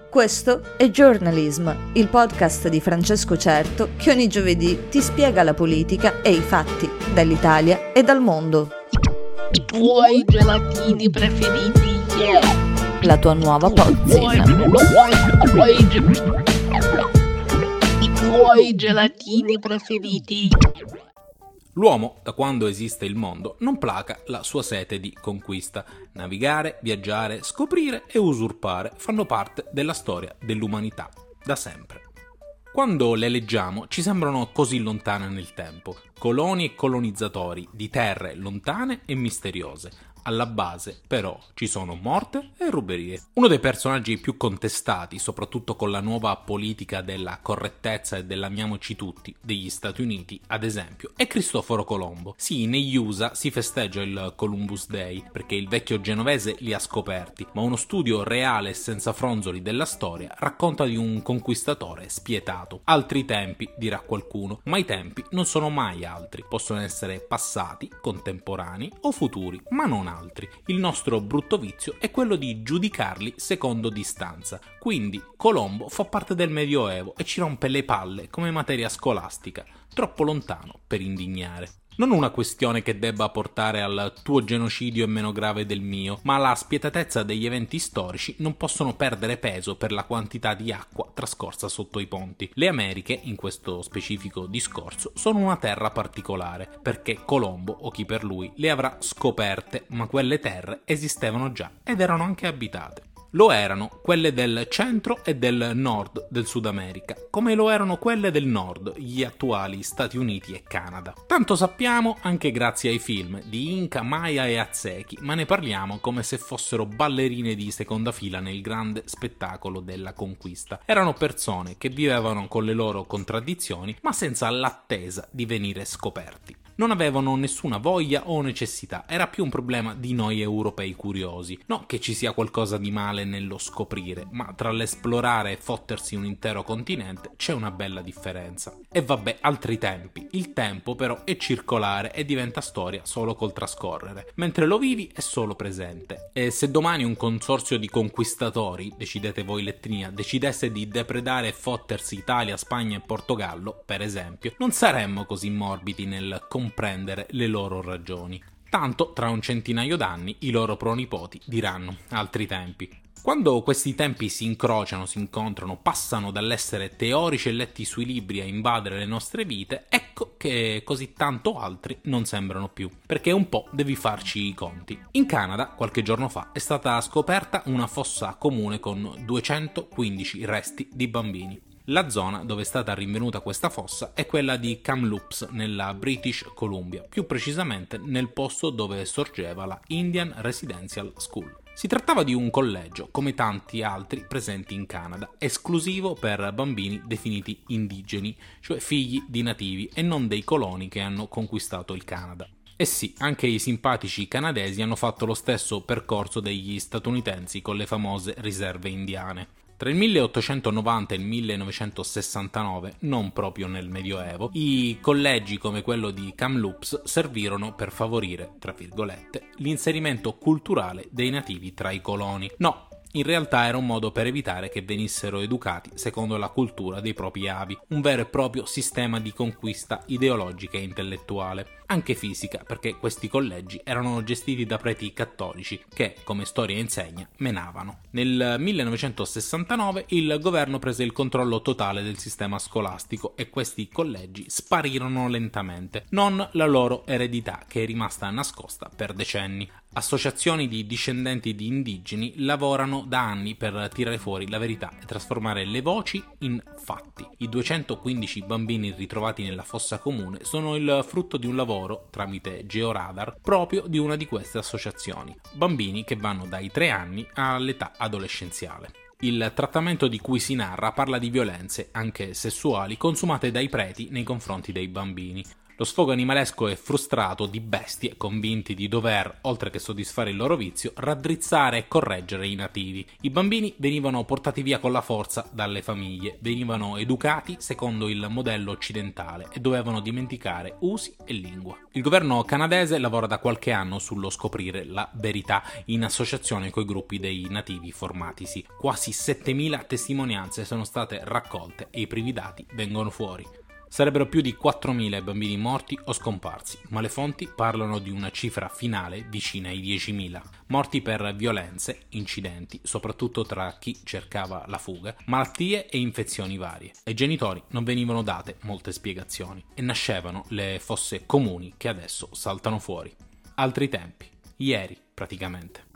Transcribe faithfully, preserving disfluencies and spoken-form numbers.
Questo è Journalism, il podcast di Francesco Certo che ogni giovedì ti spiega la politica e i fatti dall'Italia e dal mondo. I tuoi gelatini preferiti, yeah. La tua nuova pozzina. I tuoi gelatini preferiti. L'uomo, da quando esiste il mondo, non placa la sua sete di conquista. Navigare, viaggiare, scoprire e usurpare fanno parte della storia dell'umanità, da sempre. Quando le leggiamo ci sembrano così lontane nel tempo, coloni e colonizzatori di terre lontane e misteriose. Alla base, però, ci sono morte e ruberie. Uno dei personaggi più contestati, soprattutto con la nuova politica della correttezza e dell'amiamoci tutti degli Stati Uniti, ad esempio, è Cristoforo Colombo. Sì, negli U S A si festeggia il Columbus Day, perché il vecchio genovese li ha scoperti, ma uno studio reale e senza fronzoli della storia racconta di un conquistatore spietato. Altri tempi, dirà qualcuno, ma i tempi non sono mai altri. Possono essere passati, contemporanei o futuri, ma non altri. Il nostro brutto vizio è quello di giudicarli secondo distanza. Quindi Colombo fa parte del Medioevo e ci rompe le palle come materia scolastica, troppo lontano per indignare. Non una questione che debba portare al tuo genocidio è meno grave del mio, ma la spietatezza degli eventi storici non possono perdere peso per la quantità di acqua trascorsa sotto i ponti. Le Americhe, in questo specifico discorso, sono una terra particolare, perché Colombo, o chi per lui, le avrà scoperte, ma quelle terre esistevano già ed erano anche abitate. Lo erano quelle del centro e del nord del Sud America, come lo erano quelle del nord, gli attuali Stati Uniti e Canada. Tanto sappiamo anche grazie ai film di Inca, Maya e Aztechi, ma ne parliamo come se fossero ballerine di seconda fila nel grande spettacolo della conquista. Erano persone che vivevano con le loro contraddizioni, ma senza l'attesa di venire scoperti. Non avevano nessuna voglia o necessità, era più un problema di noi europei curiosi. No che ci sia qualcosa di male nello scoprire, ma tra l'esplorare e fottersi un intero continente c'è una bella differenza. E vabbè, altri tempi. Il tempo però è circolare e diventa storia solo col trascorrere, mentre lo vivi è solo presente. E se domani un consorzio di conquistatori, decidete voi l'etnia, decidesse di depredare e fottersi Italia, Spagna e Portogallo, per esempio, non saremmo così morbidi nel comprendere le loro ragioni. Tanto tra un centinaio d'anni i loro pronipoti diranno altri tempi. Quando questi tempi si incrociano, si incontrano, passano dall'essere teorici e letti sui libri a invadere le nostre vite, ecco che così tanto altri non sembrano più, perché un po' devi farci i conti. In Canada, qualche giorno fa, è stata scoperta una fossa comune con duecentoquindici resti di bambini. La zona dove è stata rinvenuta questa fossa è quella di Kamloops, nella British Columbia, più precisamente nel posto dove sorgeva la Indian Residential School. Si trattava di un collegio, come tanti altri presenti in Canada, esclusivo per bambini definiti indigeni, cioè figli di nativi e non dei coloni che hanno conquistato il Canada. E sì, anche i simpatici canadesi hanno fatto lo stesso percorso degli statunitensi con le famose riserve indiane. Tra il milleottocentonovanta e il millenovecentosessantanove, non proprio nel Medioevo, i collegi come quello di Kamloops servirono per favorire, tra virgolette, l'inserimento culturale dei nativi tra i coloni. No, in realtà era un modo per evitare che venissero educati secondo la cultura dei propri avi, un vero e proprio sistema di conquista ideologica e intellettuale, anche fisica, perché questi collegi erano gestiti da preti cattolici che, come storia insegna, menavano. Nel millenovecentosessantanove il governo prese il controllo totale del sistema scolastico e questi collegi sparirono lentamente, non la loro eredità che è rimasta nascosta per decenni. Associazioni di discendenti di indigeni lavorano da anni per tirare fuori la verità e trasformare le voci in fatti. I duecentoquindici bambini ritrovati nella fossa comune sono il frutto di un lavoro tramite georadar proprio di una di queste associazioni. Bambini che vanno dai tre anni all'età adolescenziale. Il trattamento di cui si narra parla di violenze, anche sessuali, consumate dai preti nei confronti dei bambini. Lo sfogo animalesco e frustrato di bestie convinti di dover, oltre che soddisfare il loro vizio, raddrizzare e correggere i nativi. I bambini venivano portati via con la forza dalle famiglie, venivano educati secondo il modello occidentale e dovevano dimenticare usi e lingua. Il governo canadese lavora da qualche anno sullo scoprire la verità in associazione coi gruppi dei nativi formatisi. Quasi settemila testimonianze sono state raccolte e i primi dati vengono fuori. Sarebbero più di quattromila i bambini morti o scomparsi, ma le fonti parlano di una cifra finale vicina ai diecimila. Morti per violenze, incidenti, soprattutto tra chi cercava la fuga, malattie e infezioni varie. Ai genitori non venivano date molte spiegazioni e nascevano le fosse comuni che adesso saltano fuori. Altri tempi, ieri praticamente.